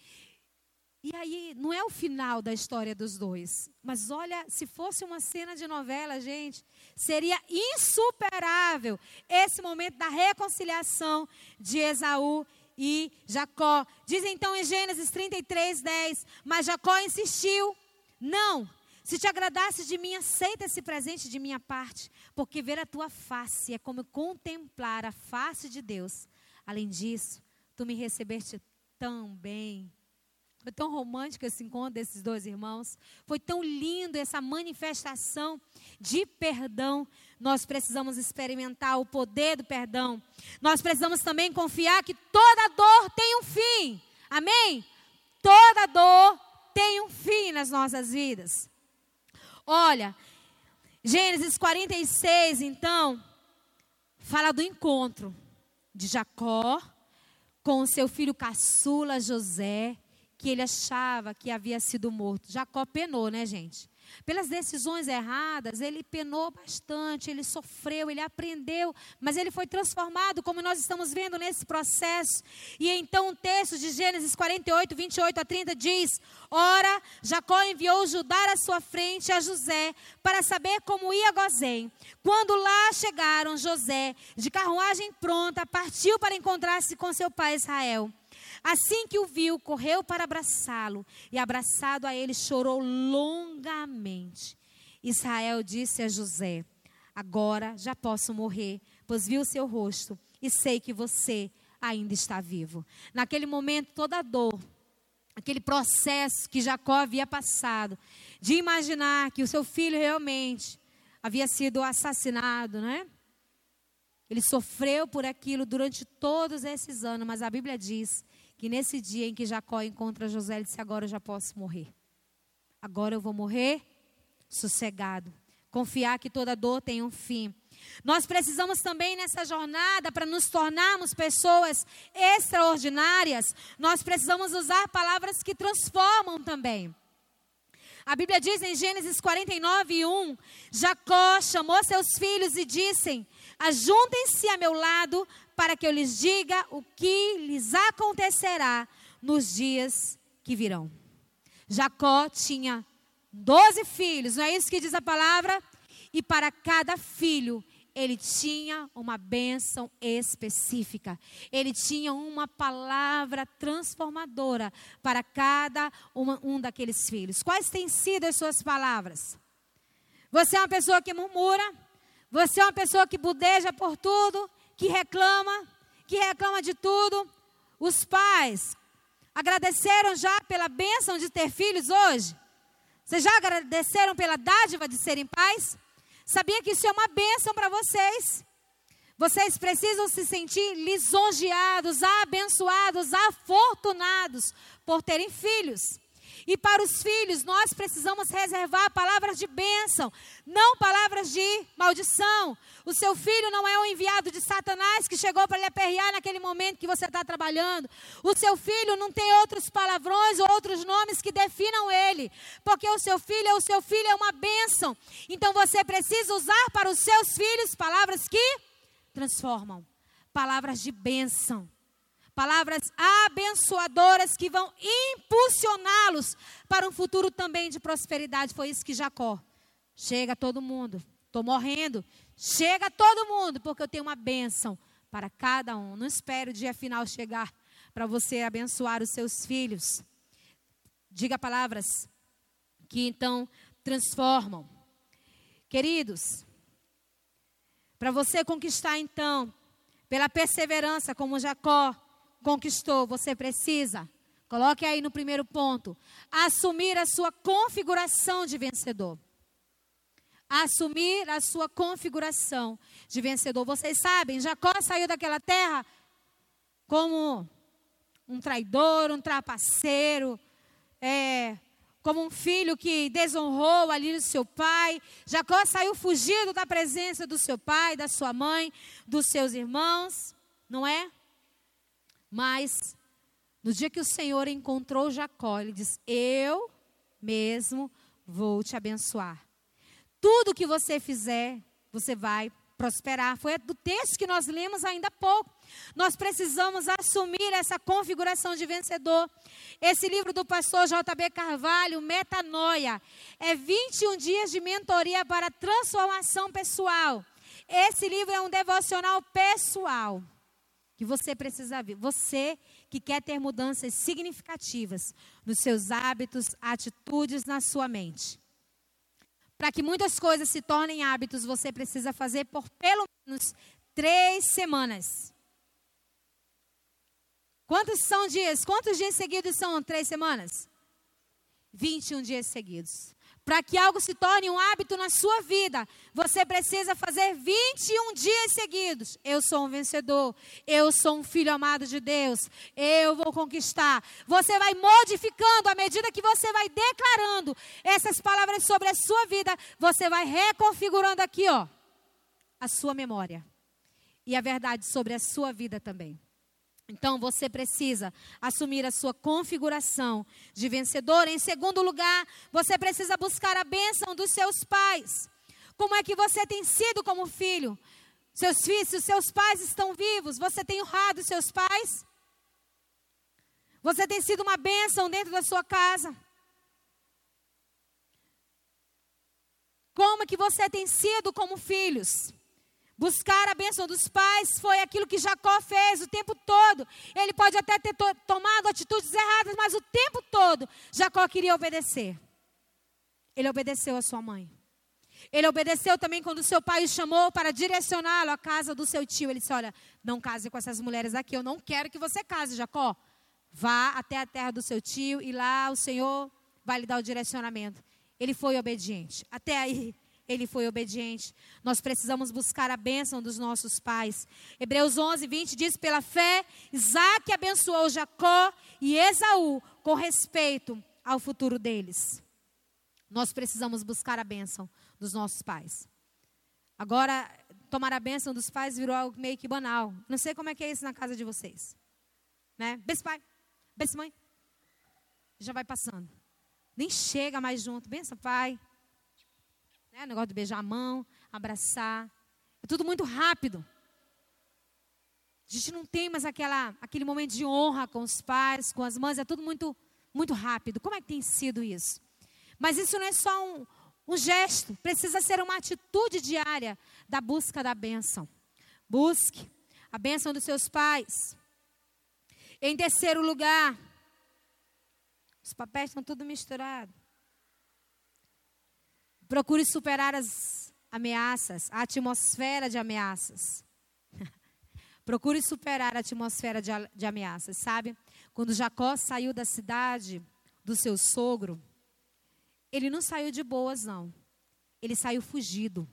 E aí, não é o final da história dos dois. Mas olha, se fosse uma cena de novela, gente, seria insuperável esse momento da reconciliação de Esaú e Jacó. Diz então em Gênesis 33:10, mas Jacó insistiu, não, se te agradasse de mim, aceita esse presente de minha parte, porque ver a tua face é como contemplar a face de Deus. Além disso, tu me recebeste tão bem. Foi tão romântico esse encontro desses dois irmãos. Foi tão lindo essa manifestação de perdão. Nós precisamos experimentar o poder do perdão. Nós precisamos também confiar que toda dor tem um fim. Amém? Toda dor tem um fim nas nossas vidas. Olha, Gênesis 46, então, fala do encontro de Jacó com o seu filho caçula José, que ele achava que havia sido morto. Jacó penou, né, gente? Pelas decisões erradas, ele penou bastante, ele sofreu, ele aprendeu, mas ele foi transformado, como nós estamos vendo nesse processo. E então o texto de Gênesis 48, 28 a 30 diz: ora, Jacó enviou Judá à sua frente a José, para saber como ia Gozém. Quando lá chegaram, José, de carruagem pronta, partiu para encontrar-se com seu pai Israel. Assim que o viu, correu para abraçá-lo, e abraçado a ele, chorou longamente. Israel disse a José: agora já posso morrer, pois vi o seu rosto, e sei que você ainda está vivo. Naquele momento, toda a dor, aquele processo que Jacó havia passado, de imaginar que o seu filho realmente havia sido assassinado, né? Ele sofreu por aquilo durante todos esses anos, mas a Bíblia diz que nesse dia em que Jacó encontra José, ele disse: agora eu já posso morrer. Agora eu vou morrer sossegado. Confiar que toda dor tem um fim. Nós precisamos também nessa jornada, para nos tornarmos pessoas extraordinárias, nós precisamos usar palavras que transformam também. A Bíblia diz em Gênesis 49:1, Jacó chamou seus filhos e disse: ajuntem-se a meu lado, para que eu lhes diga o que lhes acontecerá nos dias que virão. Jacó tinha 12 filhos, não é isso que diz a palavra? E para cada filho, ele tinha uma bênção específica. Ele tinha uma palavra transformadora para cada um daqueles filhos. Quais têm sido as suas palavras? Você é uma pessoa que murmura? Você é uma pessoa que budeja por tudo? Que reclama de tudo? Os pais agradeceram já pela bênção de ter filhos hoje? Vocês já agradeceram pela dádiva de serem pais? Sabia que isso é uma bênção para vocês? Vocês precisam se sentir lisonjeados, abençoados, afortunados por terem filhos. E para os filhos, nós precisamos reservar palavras de bênção, não palavras de maldição. O seu filho não é um enviado de Satanás que chegou para lhe aperrear naquele momento que você está trabalhando. O seu filho não tem outros palavrões ou outros nomes que definam ele, porque o seu filho é uma bênção. Então você precisa usar para os seus filhos palavras que transformam, palavras de bênção. Palavras abençoadoras que vão impulsioná-los para um futuro também de prosperidade. Foi isso que Jacó. Chega todo mundo. Estou morrendo. Chega todo mundo, porque eu tenho uma bênção para cada um. Não espere o dia final chegar para você abençoar os seus filhos. Diga palavras que então transformam. Queridos, para você conquistar então, pela perseverança como Jacó conquistou, você precisa, coloque aí no primeiro ponto, assumir a sua configuração de vencedor. Assumir a sua configuração de vencedor. Vocês sabem, Jacó saiu daquela terra como um traidor, um trapaceiro, como um filho que desonrou ali o seu pai. Jacó saiu fugido da presença do seu pai, da sua mãe, dos seus irmãos, não é? Mas, no dia que o Senhor encontrou Jacó, ele diz: eu mesmo vou te abençoar. Tudo que você fizer, você vai prosperar. Foi do texto que nós lemos ainda há pouco. Nós precisamos assumir essa configuração de vencedor. Esse livro do pastor J.B. Carvalho, Metanoia, é 21 dias de mentoria para transformação pessoal. Esse livro é um devocional pessoal que você precisa ver. Você que quer ter mudanças significativas nos seus hábitos, atitudes, na sua mente. Para que muitas coisas se tornem hábitos, você precisa fazer por pelo menos 3 semanas. Quantos são dias? Quantos dias seguidos são 3 semanas? 21 dias seguidos. Para que algo se torne um hábito na sua vida, você precisa fazer 21 dias seguidos. Eu sou um vencedor, eu sou um filho amado de Deus, eu vou conquistar. Você vai modificando à medida que você vai declarando essas palavras sobre a sua vida, você vai reconfigurando aqui, ó, a sua memória e a verdade sobre a sua vida também. Então, você precisa assumir a sua configuração de vencedor. Em segundo lugar, você precisa buscar a bênção dos seus pais. Como é que você tem sido como filho? Seus filhos, se os seus pais estão vivos, você tem honrado os seus pais? Você tem sido uma bênção dentro da sua casa? Como é que você tem sido como filhos? Buscar a bênção dos pais foi aquilo que Jacó fez o tempo todo. Ele pode até ter tomado atitudes erradas, mas o tempo todo Jacó queria obedecer. Ele obedeceu a sua mãe. Ele obedeceu também quando seu pai o chamou para direcioná-lo à casa do seu tio. Ele disse: olha, não case com essas mulheres aqui, eu não quero que você case, Jacó. Vá até a terra do seu tio e lá o Senhor vai lhe dar o direcionamento. Ele foi obediente. Até aí ele foi obediente. Nós precisamos buscar a bênção dos nossos pais. Hebreus 11, 20 diz: pela fé, Isaac abençoou Jacó e Esaú com respeito ao futuro deles. Nós precisamos buscar a bênção dos nossos pais. Agora, tomar a bênção dos pais virou algo meio que banal. Não sei como é que é isso na casa de vocês. Né? Benção pai, benção mãe. Já vai passando. Nem chega mais junto. Benção pai. Né? O negócio de beijar a mão, abraçar. É tudo muito rápido. A gente não tem mais aquele momento de honra com os pais, com as mães. É tudo muito, muito rápido. Como é que tem sido isso? Mas isso não é só um gesto, precisa ser uma atitude diária da busca da bênção. Busque a bênção dos seus pais. Em terceiro lugar, os papéis estão tudo misturados. Procure superar as ameaças, a atmosfera de ameaças. Procure superar a atmosfera de ameaças, sabe? Quando Jacó saiu da cidade do seu sogro, ele não saiu de boas, não. Ele saiu fugido.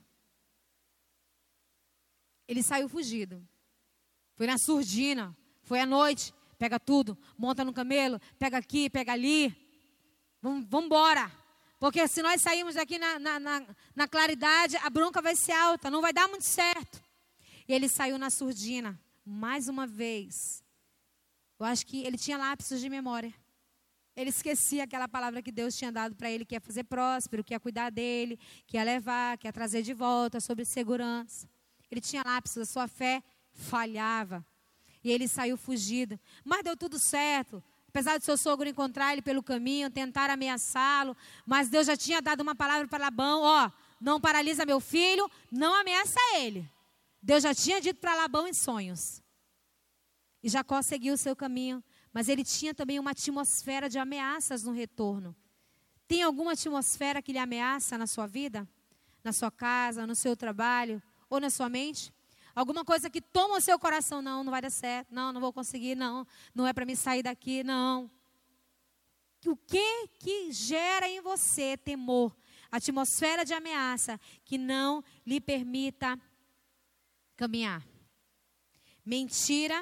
Ele saiu fugido. Foi na surdina, foi à noite, pega tudo, monta no camelo, pega aqui, pega ali. Vamos embora. Porque se nós sairmos daqui na claridade, a bronca vai ser alta, não vai dar muito certo. E ele saiu na surdina, mais uma vez. Eu acho que ele tinha lapsos de memória. Ele esquecia aquela palavra que Deus tinha dado para ele, que ia fazer próspero, que ia cuidar dele, que ia levar, que ia trazer de volta, sobre segurança. Ele tinha lapsos, a sua fé falhava. E ele saiu fugido. Mas deu tudo certo. Apesar de seu sogro encontrar ele pelo caminho, tentar ameaçá-lo, mas Deus já tinha dado uma palavra para Labão, ó, não paralisa meu filho, não ameaça ele. Deus já tinha dito para Labão em sonhos. E Jacó seguiu o seu caminho, mas ele tinha também uma atmosfera de ameaças no retorno. Tem alguma atmosfera que lhe ameaça na sua vida? Na sua casa, no seu trabalho ou na sua mente? Alguma coisa que toma o seu coração, não vai dar certo, não vou conseguir, não é para me sair daqui, não. O que gera em você temor? Atmosfera de ameaça que não lhe permita caminhar. Mentira.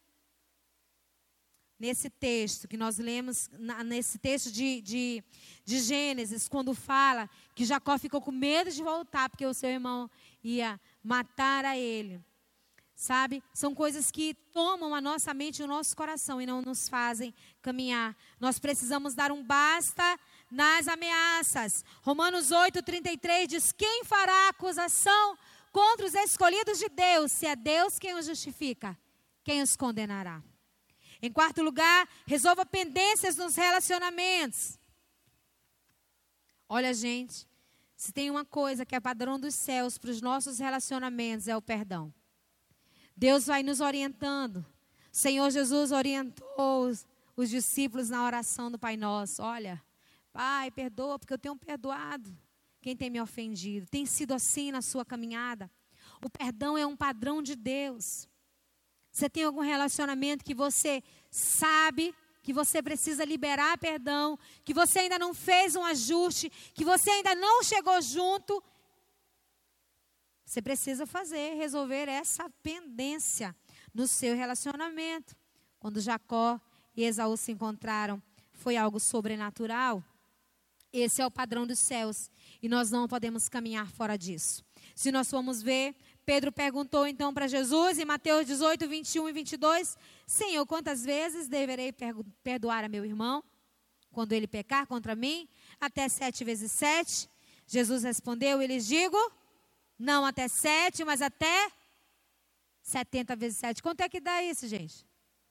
Nesse texto que nós lemos, nesse texto de Gênesis, quando fala que Jacó ficou com medo de voltar, porque o seu irmão ia matar a ele. Sabe? São coisas que tomam a nossa mente e o nosso coração e não nos fazem caminhar. Nós precisamos dar um basta nas ameaças. Romanos 8:33 diz: quem fará acusação contra os escolhidos de Deus? Se é Deus quem os justifica, quem os condenará? Em quarto lugar, resolva pendências nos relacionamentos. Olha, gente, se tem uma coisa que é padrão dos céus para os nossos relacionamentos, é o perdão. Deus vai nos orientando. O Senhor Jesus orientou os discípulos na oração do Pai Nosso. Olha, Pai, perdoa, porque eu tenho perdoado quem tem me ofendido. Tem sido assim na sua caminhada? O perdão é um padrão de Deus. Você tem algum relacionamento que você sabe que você precisa liberar perdão, que você ainda não fez um ajuste, que você ainda não chegou junto? Você precisa resolver essa pendência no seu relacionamento. Quando Jacó e Esaú se encontraram, foi algo sobrenatural. Esse é o padrão dos céus e nós não podemos caminhar fora disso. Se nós formos ver, Pedro perguntou então para Jesus, em Mateus 18, 21 e 22, Senhor, quantas vezes deverei perdoar a meu irmão quando ele pecar contra mim? Até 7 vezes 7? Jesus respondeu, e lhes digo, não até 7, mas até 70 vezes 7. Quanto é que dá isso, gente?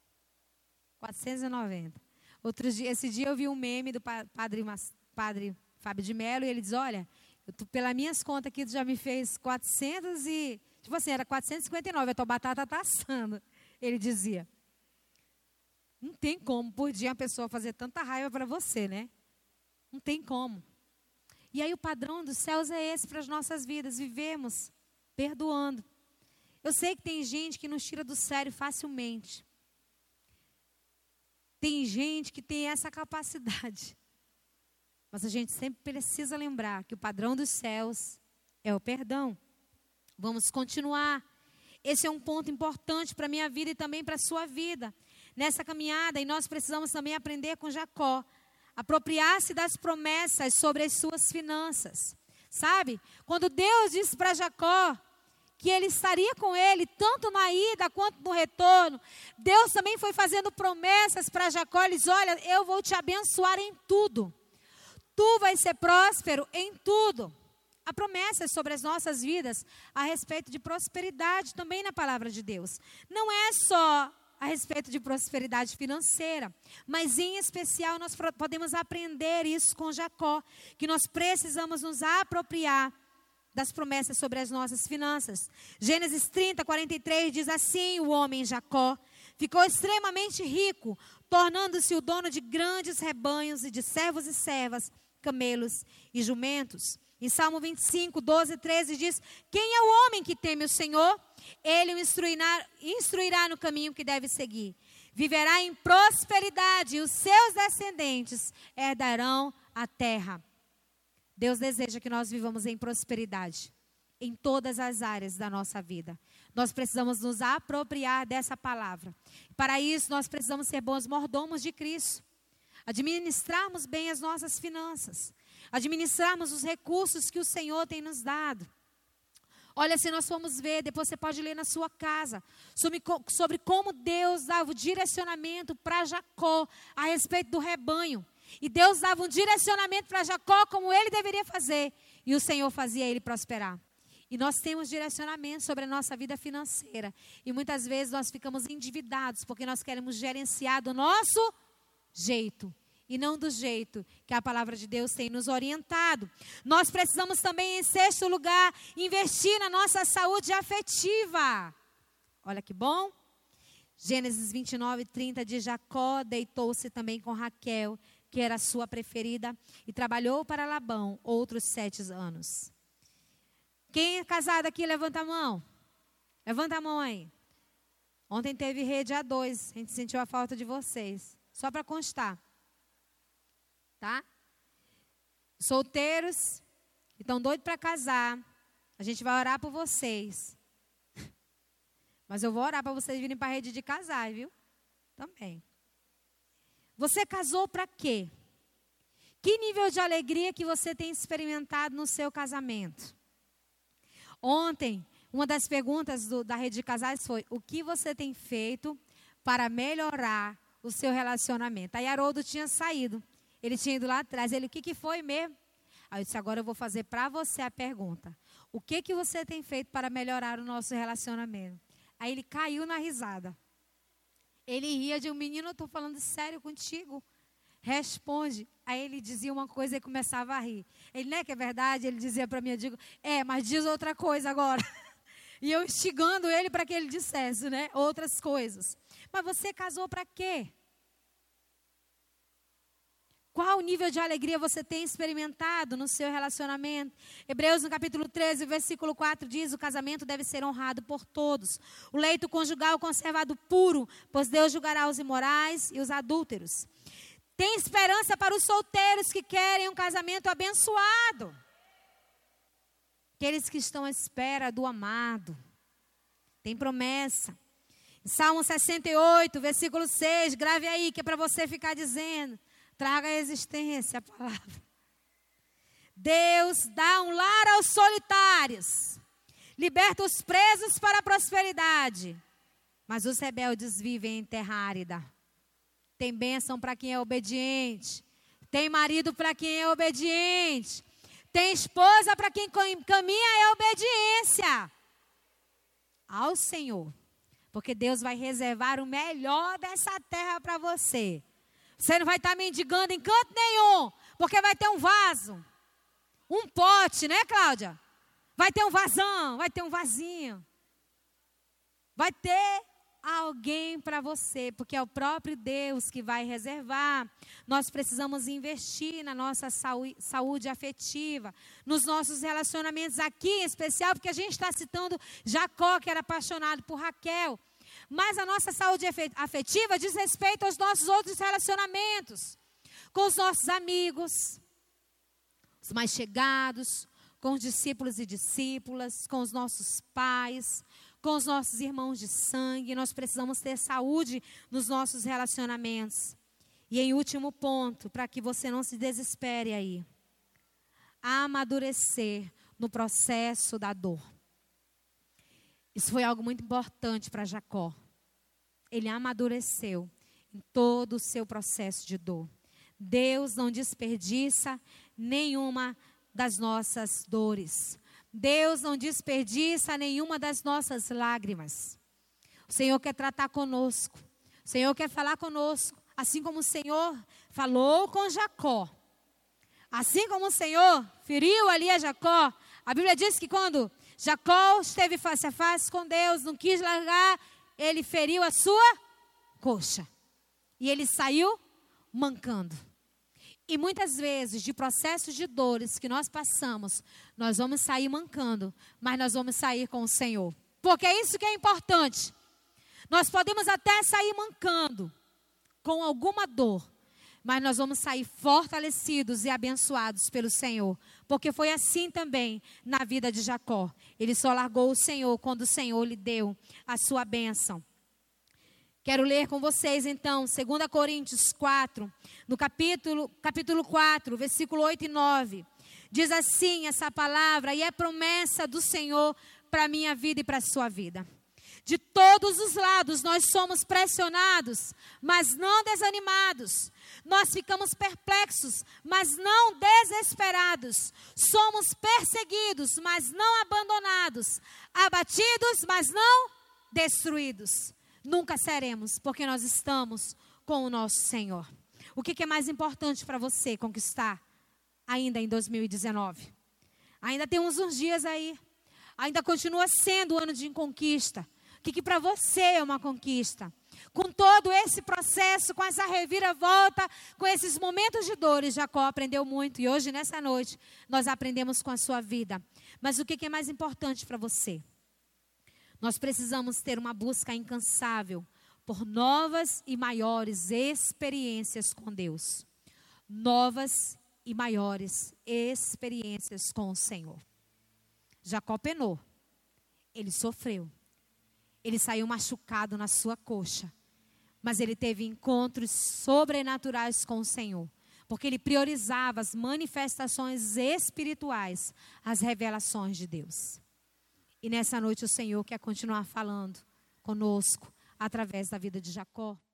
490. Esse dia eu vi um meme do padre Fábio de Mello, e ele diz, olha, pelas minhas contas aqui, tu já me fez 400 e... Tipo assim, era 459, a tua batata está assando. Ele dizia. Não tem como, por dia, uma pessoa fazer tanta raiva para você, né? Não tem como. E aí o padrão dos céus é esse para as nossas vidas. Vivemos perdoando. Eu sei que tem gente que nos tira do sério facilmente. Tem gente que tem essa capacidade. Mas a gente sempre precisa lembrar que o padrão dos céus é o perdão. Vamos continuar. Esse é um ponto importante para a minha vida e também para a sua vida. Nessa caminhada, e nós precisamos também aprender com Jacó. Apropriar-se das promessas sobre as suas finanças. Sabe? Quando Deus disse para Jacó que ele estaria com ele, tanto na ida quanto no retorno, Deus também foi fazendo promessas para Jacó. Ele diz, olha, eu vou te abençoar em tudo. Tu vais ser próspero em tudo. Há promessas sobre as nossas vidas a respeito de prosperidade também na palavra de Deus. Não é só a respeito de prosperidade financeira. Mas, em especial, nós podemos aprender isso com Jacó, que nós precisamos nos apropriar das promessas sobre as nossas finanças. Gênesis 30, 43 diz assim: o homem Jacó ficou extremamente rico, tornando-se o dono de grandes rebanhos e de servos e servas, camelos e jumentos. Em Salmo 25, 12 e 13 diz: quem é o homem que teme o Senhor? Ele o instruirá no caminho que deve seguir. Viverá em prosperidade e os seus descendentes herdarão a terra. Deus deseja que nós vivamos em prosperidade em todas as áreas da nossa vida. Nós precisamos nos apropriar dessa palavra. Para isso, nós precisamos ser bons mordomos de Cristo. Administrarmos bem as nossas finanças. Administrarmos os recursos que o Senhor tem nos dado. Olha, se nós formos ver, depois você pode ler na sua casa, sobre como Deus dava o direcionamento para Jacó a respeito do rebanho. E Deus dava um direcionamento para Jacó como ele deveria fazer. E o Senhor fazia ele prosperar. E nós temos direcionamento sobre a nossa vida financeira. E muitas vezes nós ficamos endividados porque nós queremos gerenciar do nosso jeito. E não do jeito que a palavra de Deus tem nos orientado. Nós precisamos também, em sexto lugar, investir na nossa saúde afetiva. Olha que bom. Gênesis 29, 30 diz: Jacó deitou-se também com Raquel, que era a sua preferida, e trabalhou para Labão outros 7 anos. Quem é casado aqui, levanta a mão. Levanta a mão aí. Ontem teve rede A2, a gente sentiu a falta de vocês. Só para constar. Tá? Solteiros que estão doidos para casar, a gente vai orar por vocês. Mas eu vou orar para vocês virem para a rede de casar, viu? Também. Você casou para quê? Que nível de alegria que você tem experimentado no seu casamento? Ontem, uma das perguntas da rede de casais foi: o que você tem feito para melhorar o seu relacionamento? Aí Haroldo tinha saído. Ele tinha ido lá atrás. Ele: o que foi mesmo? Aí eu disse: agora eu vou fazer para você a pergunta. O que você tem feito para melhorar o nosso relacionamento? Aí ele caiu na risada. Ele ria de: um menino, eu estou falando sério contigo. Responde. Aí ele dizia uma coisa e começava a rir. Ele: não é que é verdade? Ele dizia para mim, eu digo: mas diz outra coisa agora. E eu instigando ele para que ele dissesse, né, outras coisas. Mas você casou para quê? Qual nível de alegria você tem experimentado no seu relacionamento? Hebreus, no capítulo 13, versículo 4, diz: o casamento deve ser honrado por todos. O leito conjugal conservado puro, pois Deus julgará os imorais e os adúlteros. Tem esperança para os solteiros que querem um casamento abençoado. Aqueles que estão à espera do amado. Tem promessa. Em Salmo 68, versículo 6, grave aí, que é para você ficar dizendo. Traga à existência a palavra. Deus dá um lar aos solitários. Liberta os presos para a prosperidade. Mas os rebeldes vivem em terra árida. Tem bênção para quem é obediente. Tem marido para quem é obediente. Tem esposa para quem caminha em obediência ao Senhor. Porque Deus vai reservar o melhor dessa terra para você. Você não vai estar mendigando em canto nenhum, porque vai ter um vaso, um pote, né, Cláudia? Vai ter um vasão, vai ter um vasinho. Vai ter alguém para você, porque é o próprio Deus que vai reservar. Nós precisamos investir na nossa saúde afetiva, nos nossos relacionamentos aqui em especial, porque a gente está citando Jacó, que era apaixonado por Raquel. Mas a nossa saúde afetiva diz respeito aos nossos outros relacionamentos. Com os nossos amigos, os mais chegados, com os discípulos e discípulas, com os nossos pais, com os nossos irmãos de sangue. Nós precisamos ter saúde nos nossos relacionamentos. E em último ponto, para que você não se desespere aí. Amadurecer no processo da dor. Isso foi algo muito importante para Jacó. Ele amadureceu em todo o seu processo de dor. Deus não desperdiça nenhuma das nossas dores. Deus não desperdiça nenhuma das nossas lágrimas. O Senhor quer tratar conosco. O Senhor quer falar conosco, assim como o Senhor falou com Jacó. Assim como o Senhor feriu ali a Jacó, a Bíblia diz que quando Jacó esteve face a face com Deus, não quis largar, ele feriu a sua coxa. E ele saiu mancando. E muitas vezes, de processos de dores que nós passamos, nós vamos sair mancando, mas nós vamos sair com o Senhor. Porque é isso que é importante. Nós podemos até sair mancando, com alguma dor, mas nós vamos sair fortalecidos e abençoados pelo Senhor. Porque foi assim também na vida de Jacó. Ele só largou o Senhor quando o Senhor lhe deu a sua bênção. Quero ler com vocês então, 2 Coríntios 4, no capítulo 4, versículo 8 e 9. Diz assim essa palavra, e é promessa do Senhor para a minha vida e para a sua vida. De todos os lados nós somos pressionados, mas não desanimados. Nós ficamos perplexos, mas não desesperados. Somos perseguidos, mas não abandonados. Abatidos, mas não destruídos. Nunca seremos, porque nós estamos com o nosso Senhor. O que é mais importante para você conquistar ainda em 2019? Ainda temos uns dias aí. Ainda continua sendo o ano de conquista. O que para você é uma conquista? Com todo esse processo, com essa reviravolta, com esses momentos de dores, Jacó aprendeu muito. E hoje, nessa noite, nós aprendemos com a sua vida. Mas o que é mais importante para você? Nós precisamos ter uma busca incansável por novas e maiores experiências com Deus. Novas e maiores experiências com o Senhor. Jacó penou. Ele sofreu. Ele saiu machucado na sua coxa. Mas ele teve encontros sobrenaturais com o Senhor. Porque ele priorizava as manifestações espirituais, as revelações de Deus. E nessa noite o Senhor quer continuar falando conosco através da vida de Jacó.